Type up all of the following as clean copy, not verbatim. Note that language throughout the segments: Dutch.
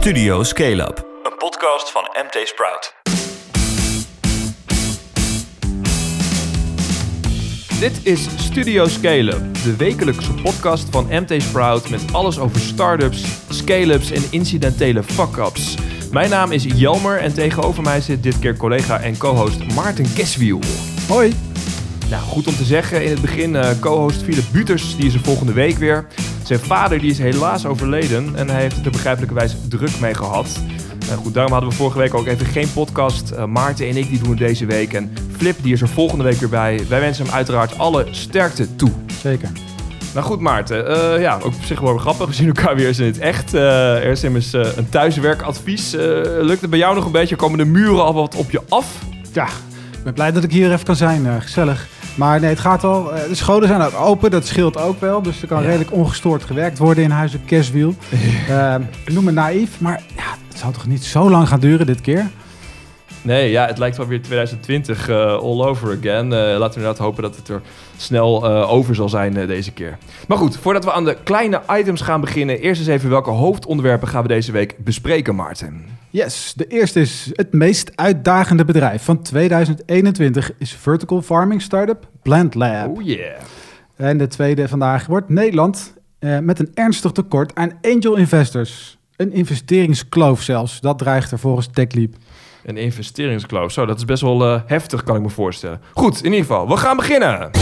Studio Scale-up, een podcast van MT Sprout. Dit is Studio Scale-up, de wekelijkse podcast van MT Sprout met alles over start-ups, scale-ups en incidentele fuck-ups. Mijn naam is Jelmer en tegenover mij zit dit keer collega en co-host Maarten Keswiel. Hoi. Nou, goed om te zeggen, in het begin co-host Philip Buters, die is er volgende week weer. Zijn vader die is helaas overleden en hij heeft het er begrijpelijkerwijs druk mee gehad. Goed, daarom hadden we vorige week ook even geen podcast. Maarten en ik die doen het deze week en Flip die is er volgende week weer bij. Wij wensen hem uiteraard alle sterkte toe. Zeker. Nou goed Maarten, ook op zich wel grappig. We zien elkaar weer eens in het echt. Er is immers een thuiswerkadvies. Lukt het bij jou nog een beetje? Komen de muren al wat op je af? Ja, ik ben blij dat ik hier even kan zijn. Gezellig. Maar nee, het gaat wel. De scholen zijn ook open, dat scheelt ook wel. Dus er kan redelijk ongestoord gewerkt worden in huizen Keswiel. Noem me naïef, maar ja, het zal toch niet zo lang gaan duren dit keer? Nee, ja, het lijkt wel weer 2020 all over again. Laten we inderdaad hopen dat het er snel over zal zijn deze keer. Maar goed, voordat we aan de kleine items gaan beginnen, eerst eens even welke hoofdonderwerpen gaan we deze week bespreken, Maarten? Yes, de eerste is het meest uitdagende bedrijf van 2021 is vertical farming startup Plant Lab. Oh yeah. En de tweede vandaag wordt Nederland met een ernstig tekort aan angel investors. Een investeringskloof zelfs, dat dreigt er volgens TechLeap. Een investeringskloof, zo, dat is best wel heftig, kan ik me voorstellen. Goed, in ieder geval, we gaan beginnen.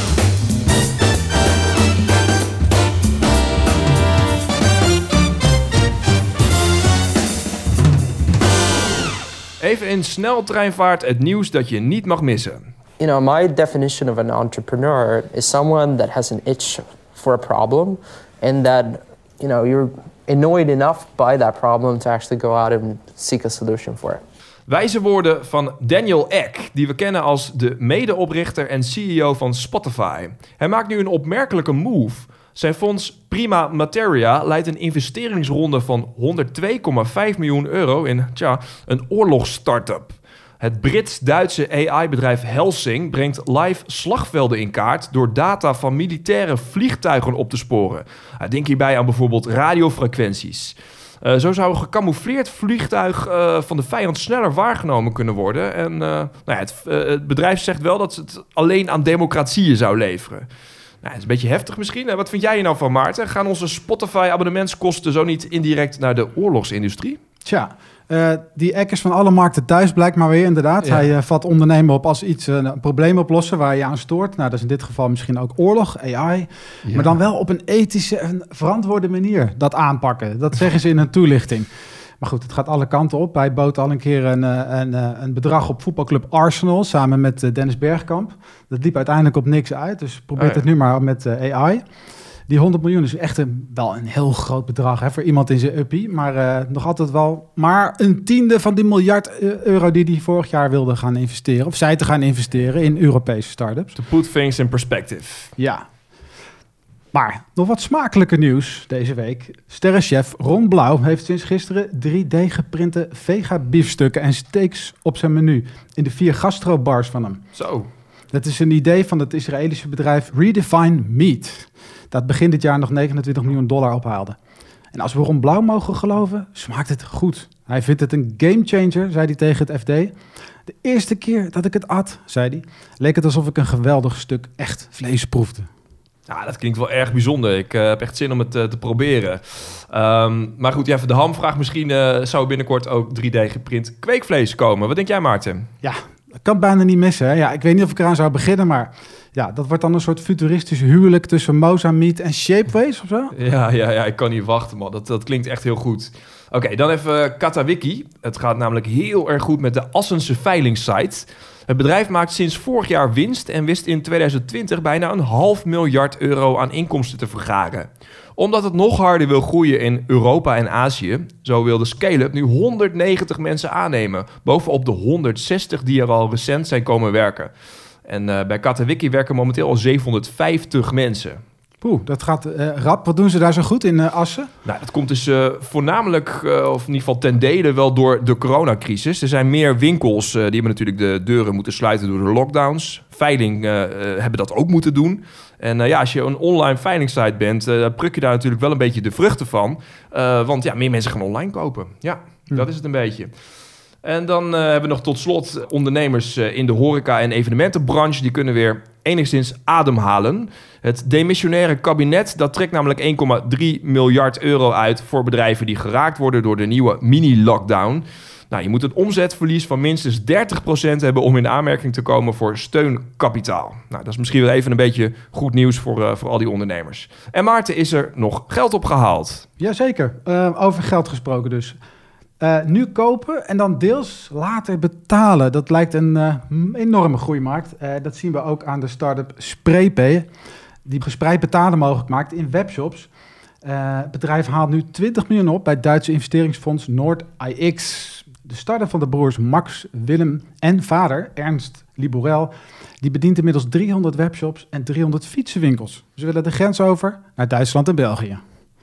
Even in sneltreinvaart het nieuws dat je niet mag missen. You know, my definition of an entrepreneur is someone that has an itch for a problem and that, you know, you're annoyed enough by that problem to actually go out and seek a solution for it. Wijze woorden van Daniel Ek, die we kennen als de medeoprichter en CEO van Spotify. Hij maakt nu een opmerkelijke move. Zijn fonds Prima Materia leidt een investeringsronde van 102,5 miljoen euro in een oorlogsstartup. Het Brits-Duitse AI-bedrijf Helsing brengt live slagvelden in kaart door data van militaire vliegtuigen op te sporen. Denk hierbij aan bijvoorbeeld radiofrequenties. Zo zou een gecamoufleerd vliegtuig van de vijand sneller waargenomen kunnen worden. En het bedrijf zegt wel dat het alleen aan democratieën zou leveren. Nou, het is een beetje heftig misschien. Wat vind jij hier nou van, Maarten? Gaan onze Spotify-abonnementskosten zo niet indirect naar de oorlogsindustrie? Tja, die Eck is van alle markten thuis, blijkt maar weer inderdaad. Ja. Hij vat ondernemen op als iets een probleem oplossen waar je aan stoort. Nou, dat is in dit geval misschien ook oorlog, AI. Ja. Maar dan wel op een ethische en verantwoorde manier dat aanpakken. Dat zeggen ze in een toelichting. Maar goed, het gaat alle kanten op. Hij bood al een keer een bedrag op voetbalclub Arsenal samen met Dennis Bergkamp. Dat liep uiteindelijk op niks uit, dus probeert het nu maar met AI. Die 100 miljoen is echt wel een heel groot bedrag voor iemand in zijn uppie. Maar nog altijd wel maar een tiende van die miljard euro die hij vorig jaar wilde gaan investeren. Of zij te gaan investeren in Europese start-ups. To put things in perspective. Ja. Maar nog wat smakelijker nieuws deze week. Sterrenchef Ron Blauw heeft sinds gisteren 3D-geprinte vega-biefstukken en steaks op zijn menu. In de 4 gastrobars van hem. Zo. Dat is een idee van het Israëlische bedrijf Redefine Meat. Dat begin dit jaar nog $29 miljoen ophaalde. En als we Ron Blauw mogen geloven, smaakt het goed. Hij vindt het een gamechanger, zei hij tegen het FD. De eerste keer dat ik het at, zei hij, leek het alsof ik een geweldig stuk echt vlees proefde. Ja, dat klinkt wel erg bijzonder. Ik heb echt zin om het te proberen. Maar goed, de hamvraag. Misschien zou binnenkort ook 3D-geprint kweekvlees komen. Wat denk jij, Maarten? Ja, dat kan bijna niet missen. Hè? Ja, ik weet niet of ik eraan zou beginnen, maar ja, dat wordt dan een soort futuristisch huwelijk tussen Mosa Meat en Shapeways of zo? Ja, ik kan niet wachten, man. Dat klinkt echt heel goed. Oké, dan even Katawiki. Het gaat namelijk heel erg goed met de Assense veilingsite. Het bedrijf maakt sinds vorig jaar winst en wist in 2020 bijna €500 miljoen aan inkomsten te vergaren. Omdat het nog harder wil groeien in Europa en Azië, zo wil de scale-up nu 190 mensen aannemen, bovenop de 160 die er al recent zijn komen werken. En bij Katawiki werken momenteel al 750 mensen. Dat gaat rap. Wat doen ze daar zo goed in Assen? Nou, dat komt dus voornamelijk, of in ieder geval ten dele, wel door de coronacrisis. Er zijn meer winkels die hebben natuurlijk de deuren moeten sluiten door de lockdowns. Veiling hebben dat ook moeten doen. En als je een online veilingsite bent, pruk je daar natuurlijk wel een beetje de vruchten van. Want meer mensen gaan online kopen. Ja, dat is het een beetje. En dan hebben we nog tot slot ondernemers in de horeca- en evenementenbranche. Die kunnen weer enigszins ademhalen. Het demissionaire kabinet dat trekt namelijk 1,3 miljard euro uit voor bedrijven die geraakt worden door de nieuwe mini-lockdown. Nou, je moet een omzetverlies van minstens 30% hebben om in aanmerking te komen voor steunkapitaal. Nou, dat is misschien wel even een beetje goed nieuws voor al die ondernemers. En Maarten, is er nog geld opgehaald? Jazeker, over geld gesproken dus. Nu kopen en dan deels later betalen. Dat lijkt een enorme groeimarkt. Dat zien we ook aan de start-up SprayPay, die gespreid betalen mogelijk maakt in webshops. Het bedrijf haalt nu 20 miljoen op bij het Duitse investeringsfonds NordIX. De start-up van de broers Max, Willem en vader Ernst Liborel, die bedient inmiddels 300 webshops en 300 fietsenwinkels. Ze willen de grens over naar Duitsland en België.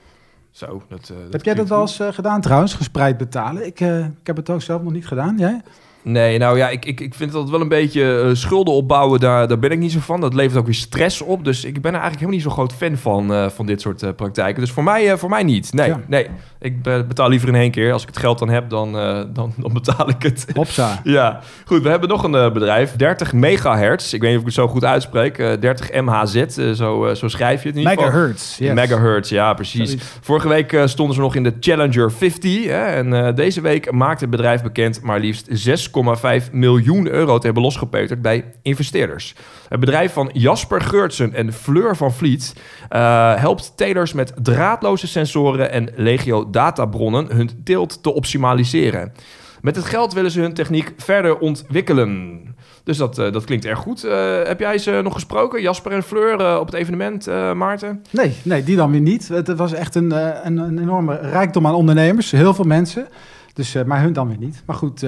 Zo, heb jij dat wel eens gedaan trouwens, gespreid betalen? Ik heb het ook zelf nog niet gedaan. Jij? Nee, nou ja, ik vind dat wel een beetje schulden opbouwen, daar ben ik niet zo van. Dat levert ook weer stress op. Dus ik ben er eigenlijk helemaal niet zo groot fan van dit soort praktijken. Dus voor mij niet. Nee. Ik betaal liever in één keer. Als ik het geld dan heb, dan betaal ik het. Hopsa. Ja, goed. We hebben nog een bedrijf, 30 megahertz. Ik weet niet of ik het zo goed uitspreek. 30 MHz, zo schrijf je het in ieder geval. Megahertz, yes. Megahertz, ja, precies. Vorige week stonden ze nog in de Challenger 50. Hè, en deze week maakt het bedrijf bekend maar liefst 6,5 miljoen euro te hebben losgepeterd bij investeerders. Het bedrijf van Jasper Geurtsen en Fleur van Vliet helpt telers met draadloze sensoren en legio databronnen hun teelt te optimaliseren. Met het geld willen ze hun techniek verder ontwikkelen. Dus dat klinkt erg goed. Heb jij ze nog gesproken, Jasper en Fleur, op het evenement, Maarten? Nee, die dan weer niet. Het was echt een enorme rijkdom aan ondernemers. Heel veel mensen. Dus, maar hun dan weer niet. Maar goed,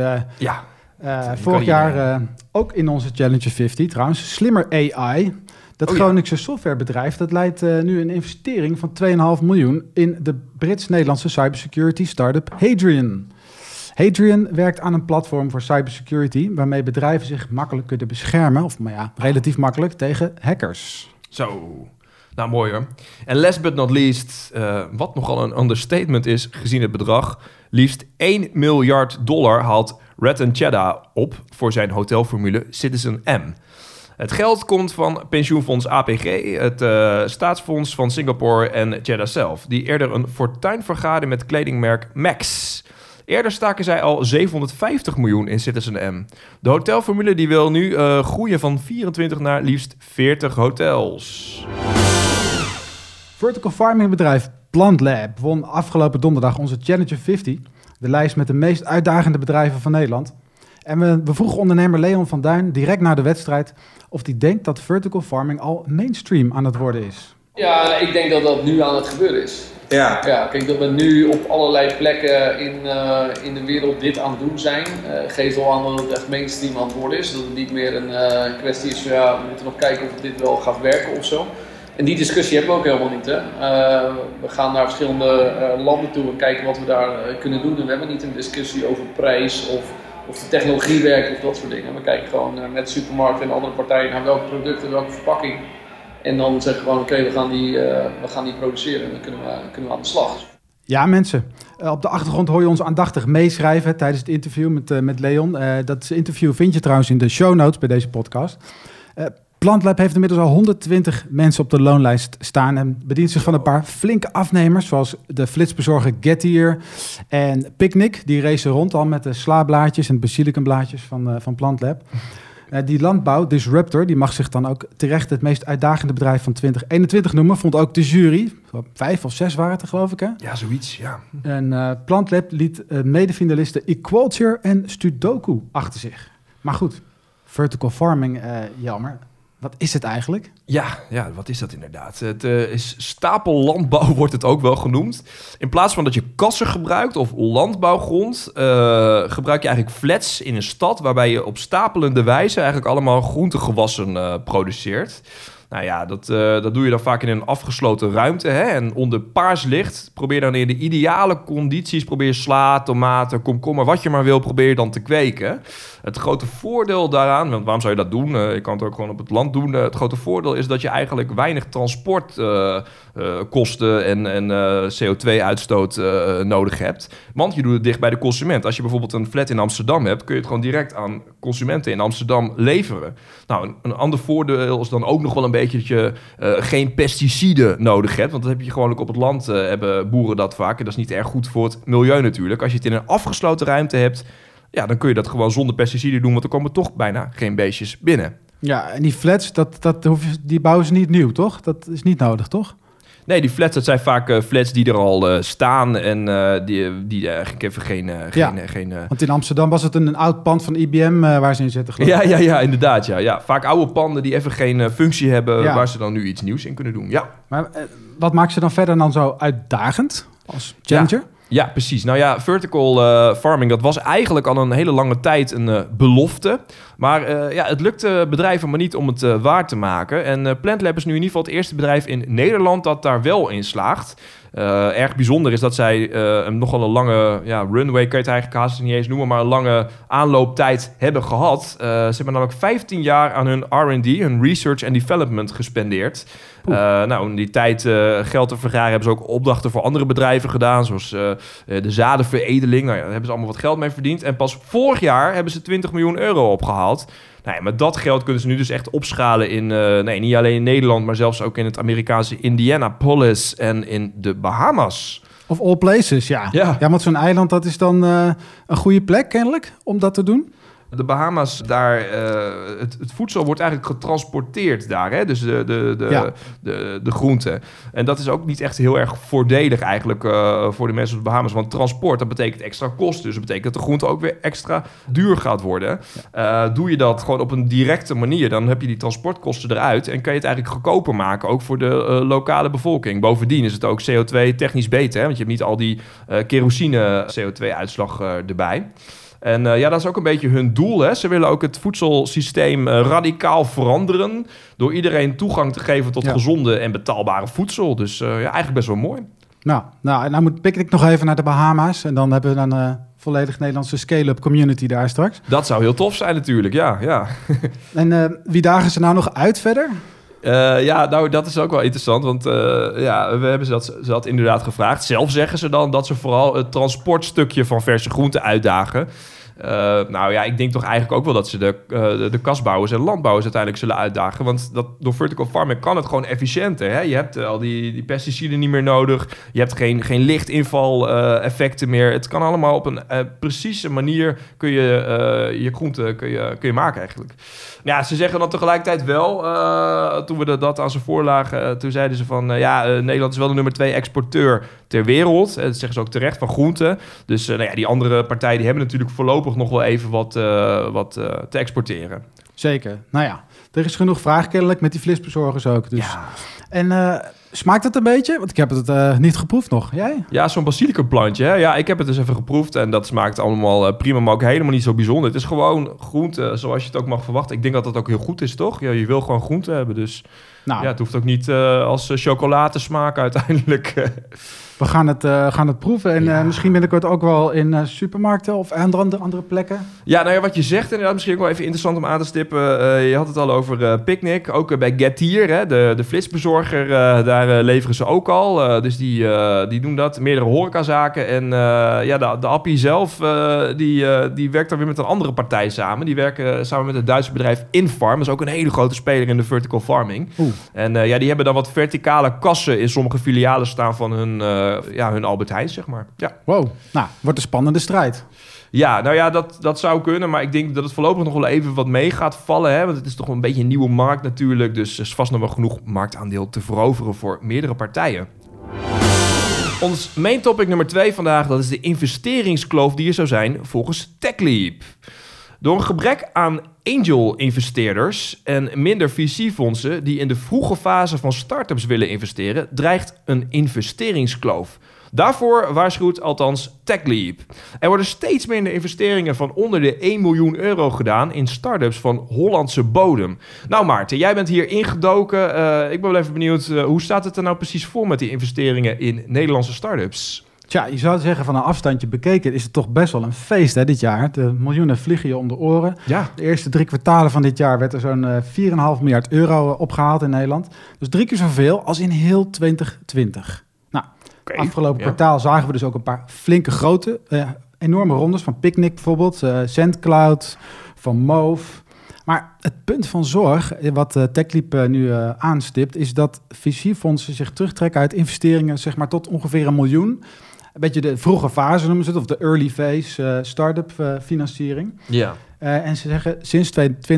vorig jaar ook in onze Challenger 50 trouwens, Slimmer AI. Dat Groningse softwarebedrijf, dat leidt nu een investering van 2,5 miljoen in de Brits-Nederlandse cybersecurity start-up Hadrian. Hadrian werkt aan een platform voor cybersecurity waarmee bedrijven zich makkelijk kunnen beschermen, relatief makkelijk, tegen hackers. Zo, nou mooi hoor. En last but not least, wat nogal een understatement is gezien het bedrag, liefst $1 miljard haalt Ratan Chadha op voor zijn hotelformule Citizen M. Het geld komt van pensioenfonds APG, het staatsfonds van Singapore en Chadha zelf, die eerder een fortuin vergaarden met kledingmerk Max. Eerder staken zij al 750 miljoen in Citizen M. De hotelformule die wil nu groeien van 24 naar liefst 40 hotels. Vertical farming bedrijf Plant Lab won afgelopen donderdag onze Challenger 50, de lijst met de meest uitdagende bedrijven van Nederland. En we vroegen ondernemer Leon van Duin direct na de wedstrijd of hij denkt dat vertical farming al mainstream aan het worden is. Ja, ik denk dat dat nu aan het gebeuren is. Ja, kijk, dat we nu op allerlei plekken in de wereld dit aan het doen zijn, geeft al aan dat het echt mainstream aan het worden is. Dat het niet meer een kwestie is van we moeten nog kijken of dit wel gaat werken of zo. En die discussie hebben we ook helemaal niet. Hè. We gaan naar verschillende landen toe en kijken wat we daar kunnen doen. En we hebben niet een discussie over prijs of de technologie werkt of dat soort dingen. We kijken gewoon met de supermarkt en andere partijen naar welke producten, welke verpakking. En dan zeggen we gewoon oké, we gaan die produceren en dan kunnen we aan de slag. Ja mensen, op de achtergrond hoor je ons aandachtig meeschrijven tijdens het interview met Leon. Dat interview vind je trouwens in de show notes bij deze podcast. Plant Lab heeft inmiddels al 120 mensen op de loonlijst staan en bedient zich van een paar flinke afnemers, zoals de flitsbezorger Getir en Picnic. Die racen rond al met de slaablaadjes en basilicumbraadjes van Plant Lab. Die landbouw, Disruptor, die mag zich dan ook terecht het meest uitdagende bedrijf van 2021 noemen. Vond ook de jury. 5 of 6 waren het er, geloof ik, hè? Ja, zoiets, ja. En Plant Lab liet medefinalisten Equalture en Sudoku achter zich. Maar goed, vertical farming, jammer. Wat is het eigenlijk? Ja, wat is dat inderdaad? Het is stapellandbouw, wordt het ook wel genoemd. In plaats van dat je kassen gebruikt of landbouwgrond, gebruik je eigenlijk flats in een stad waarbij je op stapelende wijze eigenlijk allemaal groentegewassen produceert. Nou ja, dat doe je dan vaak in een afgesloten ruimte. Hè? En onder paars licht probeer dan in de ideale condities... probeer sla, tomaten, komkommer, wat je maar wil... probeer je dan te kweken. Het grote voordeel daaraan, want waarom zou je dat doen? Je kan het ook gewoon op het land doen. Het grote voordeel is dat je eigenlijk weinig transportkosten en CO2-uitstoot nodig hebt. Want je doet het dicht bij de consument. Als je bijvoorbeeld een flat in Amsterdam hebt... kun je het gewoon direct aan consumenten in Amsterdam leveren. Nou, een ander voordeel is dan ook nog wel een beetje... dat je geen pesticiden nodig hebt. Want dat heb je gewoon ook op het land, hebben boeren dat vaak. En dat is niet erg goed voor het milieu natuurlijk. Als je het in een afgesloten ruimte hebt... ja, dan kun je dat gewoon zonder pesticiden doen... want er komen toch bijna geen beestjes binnen. Ja, en die flats, die bouwen ze niet nieuw, toch? Dat is niet nodig, toch? Nee, die flats, dat zijn vaak flats die er al staan... en die eigenlijk even geen... Want in Amsterdam was het een oud pand van IBM waar ze in zitten, geloof ik. Ja, inderdaad. Ja. Vaak oude panden die even geen functie hebben... waar ze dan nu iets nieuws in kunnen doen. Ja. Maar wat maakt ze dan verder dan zo uitdagend als challenger? Ja, precies. Nou ja, vertical farming, dat was eigenlijk al een hele lange tijd een belofte. Maar het lukte bedrijven maar niet om het waar te maken. En PlantLab is nu in ieder geval het eerste bedrijf in Nederland dat daar wel in slaagt. Erg bijzonder is dat zij nogal een lange runway, kan je het eigenlijk haast niet eens noemen, maar een lange aanlooptijd hebben gehad. Ze hebben namelijk 15 jaar aan hun R&D, hun research and development gespendeerd. In die tijd geld te vergaren hebben ze ook opdrachten voor andere bedrijven gedaan, zoals de zadenveredeling. Nou ja, daar hebben ze allemaal wat geld mee verdiend. En pas vorig jaar hebben ze 20 miljoen euro opgehaald. Nou ja, met dat geld kunnen ze nu dus echt opschalen in, niet alleen in Nederland, maar zelfs ook in het Amerikaanse Indianapolis en in de Bahamas. Of all places, ja. Ja, want zo'n eiland, dat is dan een goede plek kennelijk om dat te doen. De Bahamas, daar, het voedsel wordt eigenlijk getransporteerd daar, hè? Dus de groenten. En dat is ook niet echt heel erg voordelig eigenlijk voor de mensen op de Bahamas. Want transport, dat betekent extra kosten. Dus dat betekent dat de groente ook weer extra duur gaat worden. Doe je dat gewoon op een directe manier, dan heb je die transportkosten eruit. En kan je het eigenlijk goedkoper maken, ook voor de lokale bevolking. Bovendien is het ook CO2 technisch beter, hè? Want je hebt niet al die kerosine CO2-uitslag erbij. En dat is ook een beetje hun doel. Hè? Ze willen ook het voedselsysteem radicaal veranderen... door iedereen toegang te geven tot gezonde en betaalbare voedsel. Dus eigenlijk best wel mooi. Nou, en dan pik ik nog even naar de Bahama's... en dan hebben we dan een volledig Nederlandse scale-up community daar straks. Dat zou heel tof zijn natuurlijk, ja. En wie dagen ze nou nog uit verder? Dat is ook wel interessant, want we hebben ze dat inderdaad gevraagd. Zelf zeggen ze dan dat ze vooral het transportstukje van verse groenten uitdagen. Ik denk toch eigenlijk ook wel dat ze de kasbouwers en landbouwers uiteindelijk zullen uitdagen. Want door vertical farming kan het gewoon efficiënter. Hè? Je hebt al die pesticiden niet meer nodig. Je hebt geen lichtinval effecten meer. Het kan allemaal op een precieze manier kun je groenten kun je maken eigenlijk. Ja, ze zeggen dan tegelijkertijd wel, toen we dat aan ze voorlagen, toen zeiden ze van, Nederland is wel de nummer 2 exporteur ter wereld. Dat zeggen ze ook terecht, van groenten. Dus die andere partijen die hebben natuurlijk voorlopig nog wel even wat te exporteren. Zeker. Nou ja, er is genoeg vraag kennelijk met die vleesbezorgers ook. Dus. Ja. En smaakt het een beetje? Want ik heb het niet geproefd nog. Jij? Ja, zo'n basilicumplantje. Hè? Ja, ik heb het dus even geproefd en dat smaakt allemaal prima, maar ook helemaal niet zo bijzonder. Het is gewoon groente zoals je het ook mag verwachten. Ik denk dat dat ook heel goed is, toch? Ja, je wil gewoon groente hebben, dus het hoeft ook niet als chocolade te smaken uiteindelijk. We gaan het proeven en misschien binnenkort ook wel in supermarkten of andere plekken. Ja, wat je zegt inderdaad, misschien ook wel even interessant om aan te stippen. Je had het al over Picnic, ook bij Getir, hè, de flitsbezorger, daar leveren ze ook al. Dus die doen dat, meerdere horecazaken. En de appie zelf, die werkt dan weer met een andere partij samen. Die werken samen met het Duitse bedrijf Infarm. Dat is ook een hele grote speler in de vertical farming. En die hebben dan wat verticale kassen in sommige filialen staan van hun Albert Heijn, zeg maar. Ja. Wow, nou, wordt een spannende strijd. Ja, dat zou kunnen, maar ik denk dat het voorlopig nog wel even wat mee gaat vallen, hè? Want het is toch een beetje een nieuwe markt natuurlijk, dus er is vast nog wel genoeg marktaandeel te veroveren voor meerdere partijen. Ons main topic nummer 2 vandaag, dat is de investeringskloof die er zou zijn volgens TechLeap. Door een gebrek aan angel-investeerders en minder VC-fondsen die in de vroege fase van start-ups willen investeren, dreigt een investeringskloof. Daarvoor waarschuwt althans TechLeap. Er worden steeds minder investeringen van onder de 1 miljoen euro gedaan in start-ups van Hollandse bodem. Nou Maarten, jij bent hier ingedoken. Ik ben wel even benieuwd, hoe staat het er nou precies voor met die investeringen in Nederlandse start-ups? Tja, je zou zeggen van een afstandje bekeken is het toch best wel een feest hè, dit jaar. De miljoenen vliegen je om de oren. Ja. De eerste 3 kwartalen van dit jaar werd er zo'n 4,5 miljard euro opgehaald in Nederland. Dus 3 keer zoveel als in heel 2020. Nou, afgelopen kwartaal zagen we dus ook een paar flinke grote, enorme rondes van Picnic bijvoorbeeld, SendCloud, van Move. Maar het punt van zorg, wat TechLeap nu aanstipt, is dat VC-fondsen zich terugtrekken uit investeringen zeg maar tot ongeveer 1 miljoen. Een beetje de vroege fase noemen ze het, of de early phase start-up financiering. Ja. En ze zeggen sinds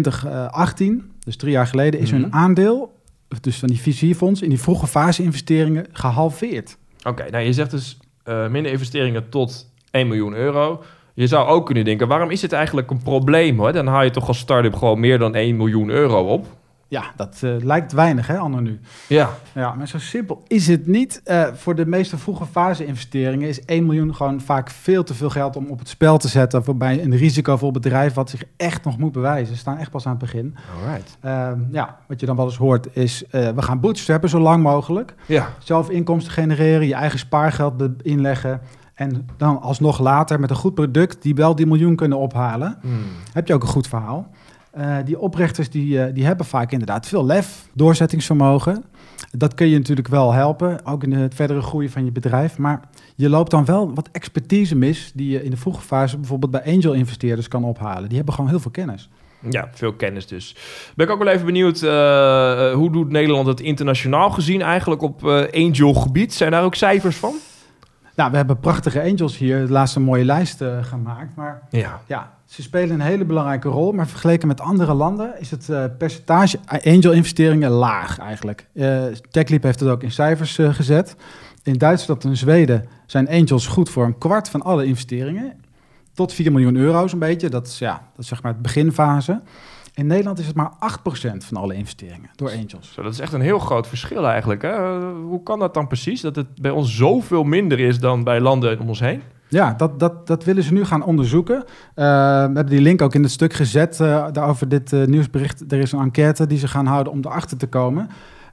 2018, dus 3 jaar geleden, is hun aandeel, dus van die VC-fonds, in die vroege fase investeringen gehalveerd. Oké, nou je zegt dus minder investeringen tot 1 miljoen euro. Je zou ook kunnen denken, waarom is het eigenlijk een probleem? Hoor? Dan haal je toch als start-up gewoon meer dan 1 miljoen euro op. Ja, dat lijkt weinig, hè, Anne, nu. Ja, maar zo simpel is het niet. Voor de meeste vroege fase investeringen is 1 miljoen gewoon vaak veel te veel geld om op het spel te zetten voor bij een risicovol bedrijf wat zich echt nog moet bewijzen. Ze staan echt pas aan het begin. Alright. Wat je dan wel eens hoort is, we gaan bootstrappen zo lang mogelijk. Ja. Zelf inkomsten genereren, je eigen spaargeld inleggen. En dan alsnog later met een goed product die wel die miljoen kunnen ophalen. Heb je ook een goed verhaal. Die oprichters die hebben vaak inderdaad veel lef, doorzettingsvermogen. Dat kun je natuurlijk wel helpen, ook in het verdere groeien van je bedrijf. Maar je loopt dan wel wat expertise mis die je in de vroege fase bijvoorbeeld bij angel-investeerders kan ophalen. Die hebben gewoon heel veel kennis. Ja, veel kennis dus. Ben ik ook wel even benieuwd, hoe doet Nederland het internationaal gezien eigenlijk op angel-gebied? Zijn daar ook cijfers van? Nou, we hebben prachtige angels hier, de laatste mooie lijst gemaakt. Maar ja, ze spelen een hele belangrijke rol. Maar vergeleken met andere landen is het percentage angel-investeringen laag eigenlijk. TechLeap heeft het ook in cijfers gezet. In Duitsland en Zweden zijn angels goed voor 1/4 van alle investeringen. Tot 4 miljoen euro zo'n beetje. Dat is zeg maar het beginfase. In Nederland is het maar 8% van alle investeringen door angels. Zo, dat is echt een heel groot verschil eigenlijk. Hè? Hoe kan dat dan precies? Dat het bij ons zoveel minder is dan bij landen om ons heen? Ja, dat willen ze nu gaan onderzoeken. We hebben die link ook in het stuk gezet daarover dit nieuwsbericht. Er is een enquête die ze gaan houden om erachter te komen.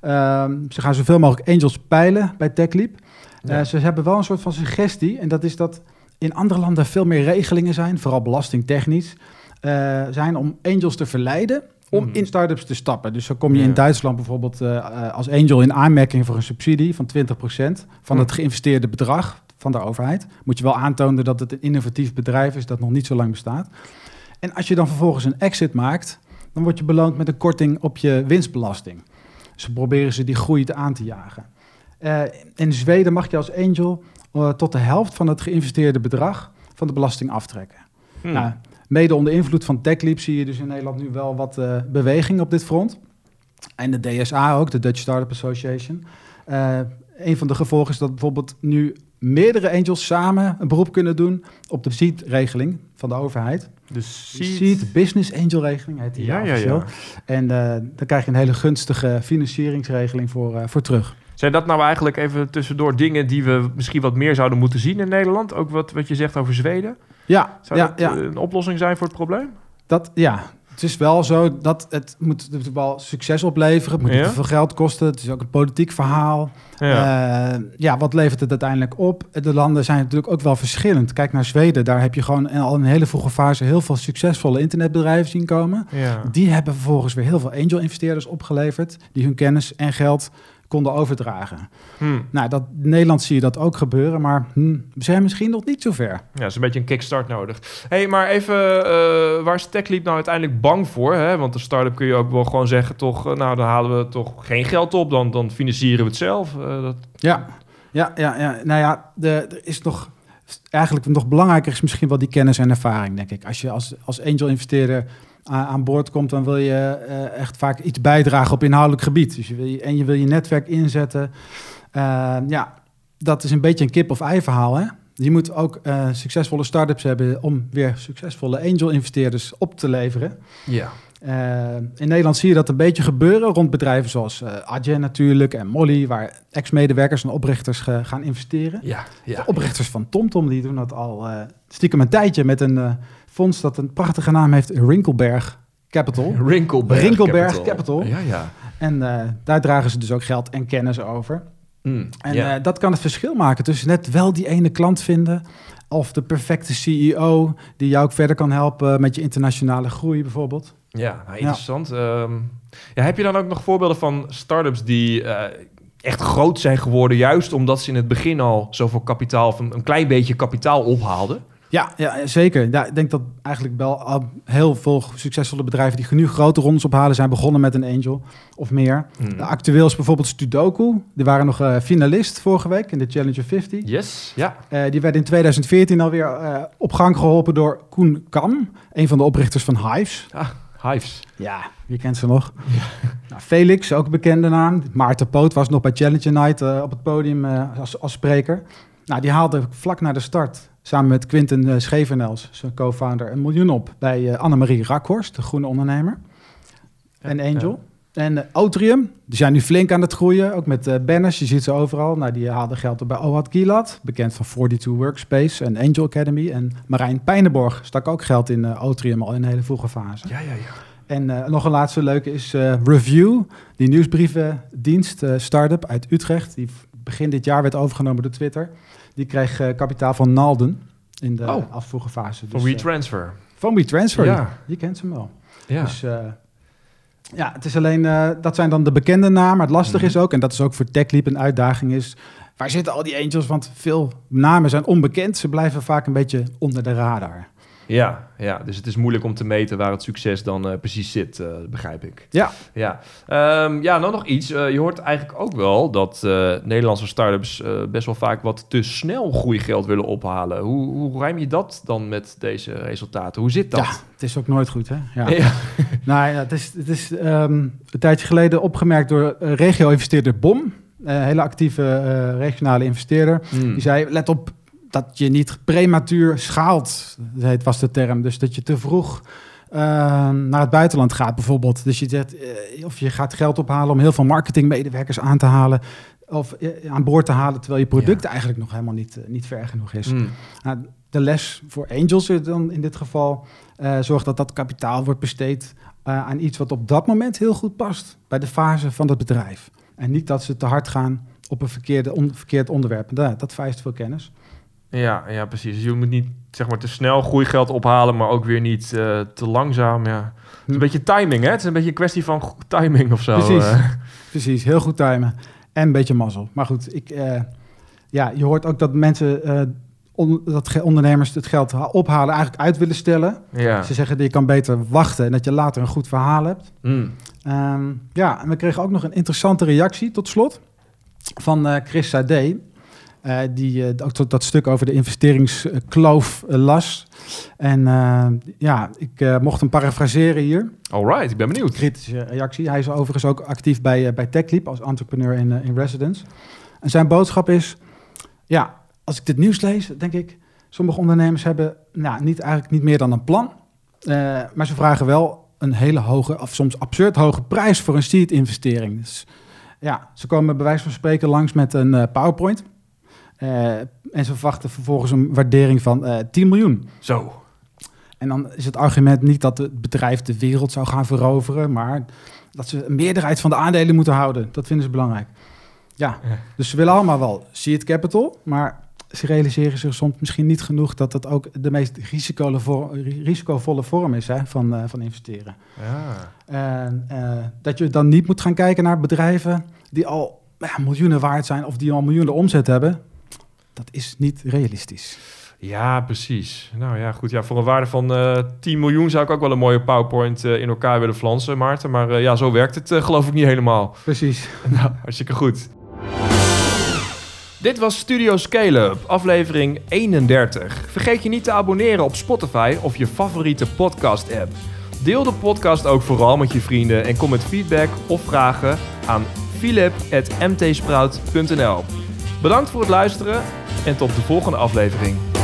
Ze gaan zoveel mogelijk angels peilen bij TechLeap. Ze hebben wel een soort van suggestie. En dat is dat in andere landen veel meer regelingen zijn, vooral belastingtechnisch. Zijn om angels te verleiden om in start-ups te stappen. Dus zo kom je in Duitsland bijvoorbeeld als angel in aanmerking voor een subsidie van 20% van het geïnvesteerde bedrag van de overheid. Moet je wel aantonen dat het een innovatief bedrijf is dat nog niet zo lang bestaat. En als je dan vervolgens een exit maakt, dan word je beloond met een korting op je winstbelasting. Dus proberen ze die groei aan te jagen. In Zweden mag je als angel tot de helft van het geïnvesteerde bedrag van de belasting aftrekken. Nou, mede onder invloed van TechLeap zie je dus in Nederland nu wel wat beweging op dit front. En de DSA ook, de Dutch Startup Association. Een van de gevolgen is dat bijvoorbeeld nu meerdere angels samen een beroep kunnen doen op de SEED-regeling van de overheid. De SEED Business Angel-regeling heet die. Ja. En dan krijg je een hele gunstige financieringsregeling voor terug. Zijn dat nou eigenlijk even tussendoor dingen die we misschien wat meer zouden moeten zien in Nederland? Ook wat je zegt over Zweden? Zou dat een oplossing zijn voor het probleem? Het is wel zo dat het moet wel succes opleveren. Het moet niet te veel geld kosten. Het is ook een politiek verhaal. Wat levert het uiteindelijk op? De landen zijn natuurlijk ook wel verschillend. Kijk naar Zweden. Daar heb je gewoon al in een hele vroege fase heel veel succesvolle internetbedrijven zien komen. Ja. Die hebben vervolgens weer heel veel angel-investeerders opgeleverd die hun kennis en geld konden overdragen. Nou, in Nederland zie je dat ook gebeuren, maar we zijn misschien nog niet zo ver. Ja, dat is een beetje een kickstart nodig. Hey, maar even, waar is TechLeap nou uiteindelijk bang voor? Hè? Want de start-up kun je ook wel gewoon zeggen, toch, nou, dan halen we toch geen geld op, dan financieren we het zelf. Ja. Nou ja, er is nog eigenlijk nog belangrijker is misschien wel die kennis en ervaring, denk ik. Als je als angel-investeerder aan boord komt, dan wil je echt vaak iets bijdragen op inhoudelijk gebied. Dus je wil je netwerk inzetten. Dat is een beetje een kip-of-ei verhaal, hè? Je moet ook succesvolle start-ups hebben om weer succesvolle angel-investeerders op te leveren. Ja. In Nederland zie je dat een beetje gebeuren rond bedrijven zoals Adyen natuurlijk en Molly, waar ex-medewerkers en oprichters gaan investeren. Ja. De oprichters van TomTom, die doen dat al stiekem een tijdje met een fonds dat een prachtige naam heeft, Rinkelberg Capital. Rinkelberg Capital. Ja. En daar dragen ze dus ook geld en kennis over. Dat kan het verschil maken tussen net wel die ene klant vinden of de perfecte CEO die jou ook verder kan helpen met je internationale groei bijvoorbeeld. Ja, interessant. Heb je dan ook nog voorbeelden van startups die echt groot zijn geworden, juist omdat ze in het begin al zoveel kapitaal of een klein beetje kapitaal ophaalden? Ja, zeker. Ja, ik denk dat eigenlijk wel al heel veel succesvolle bedrijven die nu grote rondes ophalen zijn begonnen met een angel of meer. Actueel is bijvoorbeeld Sudoku. Die waren nog finalist vorige week in de Challenger 50. Yes, ja. Die werd in 2014 alweer op gang geholpen door Koen Kam, een van de oprichters van Hives. Hives. Ja, wie kent ze nog? Ja. Nou, Felix, ook een bekende naam. Maarten Poot was nog bij Challenger Night op het podium als spreker. Nou, die haalde vlak na de start samen met Quinten Schevernels, zijn co-founder, $1 miljoen op bij Annemarie Rakhorst, de groene ondernemer. En Angel. Ja. En Otrium, die zijn nu flink aan het groeien, ook met banners, je ziet ze overal. Nou, die haalden geld op bij Ohad Gilad, bekend van 42 Workspace en Angel Academy. En Marijn Pijnenborg stak ook geld in Otrium al in een hele vroege fase. Ja. En nog een laatste leuke is Review, die nieuwsbrievendienst, start-up uit Utrecht, die begin dit jaar werd overgenomen door Twitter. Die kreeg kapitaal van Nalden in de afvroege fase. Van WeTransfer. Van WeTransfer, ja. Je kent ze wel. Ja. Dus het is alleen, dat zijn dan de bekende namen. Maar het lastige is ook, en dat is ook voor TechLeap een uitdaging is, waar zitten al die angels? Want veel namen zijn onbekend. Ze blijven vaak een beetje onder de radar. Ja, dus het is moeilijk om te meten waar het succes dan precies zit, begrijp ik. Ja. Nou nog iets. Je hoort eigenlijk ook wel dat Nederlandse startups best wel vaak wat te snel groeigeld willen ophalen. Hoe rijm je dat dan met deze resultaten? Hoe zit dat? Ja, het is ook nooit goed, hè? Ja. Het is een tijdje geleden opgemerkt door regio-investeerder BOM. Een hele actieve regionale investeerder. Die zei, let op dat je niet prematuur schaalt, was de term. Dus dat je te vroeg naar het buitenland gaat bijvoorbeeld. Dus je zegt, of je gaat geld ophalen om heel veel marketingmedewerkers aan te halen of aan boord te halen, terwijl je product eigenlijk nog helemaal niet ver genoeg is. De les voor angels dan in dit geval zorgt dat kapitaal wordt besteed aan iets wat op dat moment heel goed past bij de fase van het bedrijf. En niet dat ze te hard gaan op een verkeerd onderwerp. Dat vereist veel kennis. Ja, precies. Dus je moet niet te snel groeigeld ophalen, maar ook weer niet te langzaam. Ja. Het is een beetje timing, hè? Het is een beetje een kwestie van timing of zo. Precies. Heel goed timen. En een beetje mazzel. Maar goed, je hoort ook dat mensen, dat ondernemers het geld ophalen eigenlijk uit willen stellen. Ja. Ze zeggen dat je kan beter wachten en dat je later een goed verhaal hebt. En we kregen ook nog een interessante reactie tot slot van Chris Sade. Die ook dat stuk over de investeringskloof las. En ik mocht hem parafraseren hier. Alright, ik ben benieuwd. Kritische reactie. Hij is overigens ook actief bij TechLeap als entrepreneur in residence. En zijn boodschap is, als ik dit nieuws lees, denk ik, sommige ondernemers hebben eigenlijk niet meer dan een plan. Maar ze vragen wel een hele hoge, of soms absurd hoge prijs voor een seed-investering. Dus ze komen bij wijze van spreken langs met een PowerPoint. En ze verwachten vervolgens een waardering van 10 miljoen. Zo. En dan is het argument niet dat het bedrijf de wereld zou gaan veroveren, maar dat ze een meerderheid van de aandelen moeten houden. Dat vinden ze belangrijk. Dus ze willen allemaal wel seed capital, maar ze realiseren zich soms misschien niet genoeg dat het ook de meest risicovolle vorm is van investeren. Dat je dan niet moet gaan kijken naar bedrijven die al miljoenen waard zijn of die al miljoenen omzet hebben. Dat is niet realistisch. Ja, precies. Nou ja, goed. Ja, voor een waarde van 10 miljoen zou ik ook wel een mooie PowerPoint in elkaar willen flansen, Maarten. Maar zo werkt het geloof ik niet helemaal. Precies. Nou, hartstikke goed. Dit was Studio Scale-Up, aflevering 31. Vergeet je niet te abonneren op Spotify of je favoriete podcast-app. Deel de podcast ook vooral met je vrienden en kom met feedback of vragen aan philip@mtsprout.nl. Bedankt voor het luisteren en tot de volgende aflevering.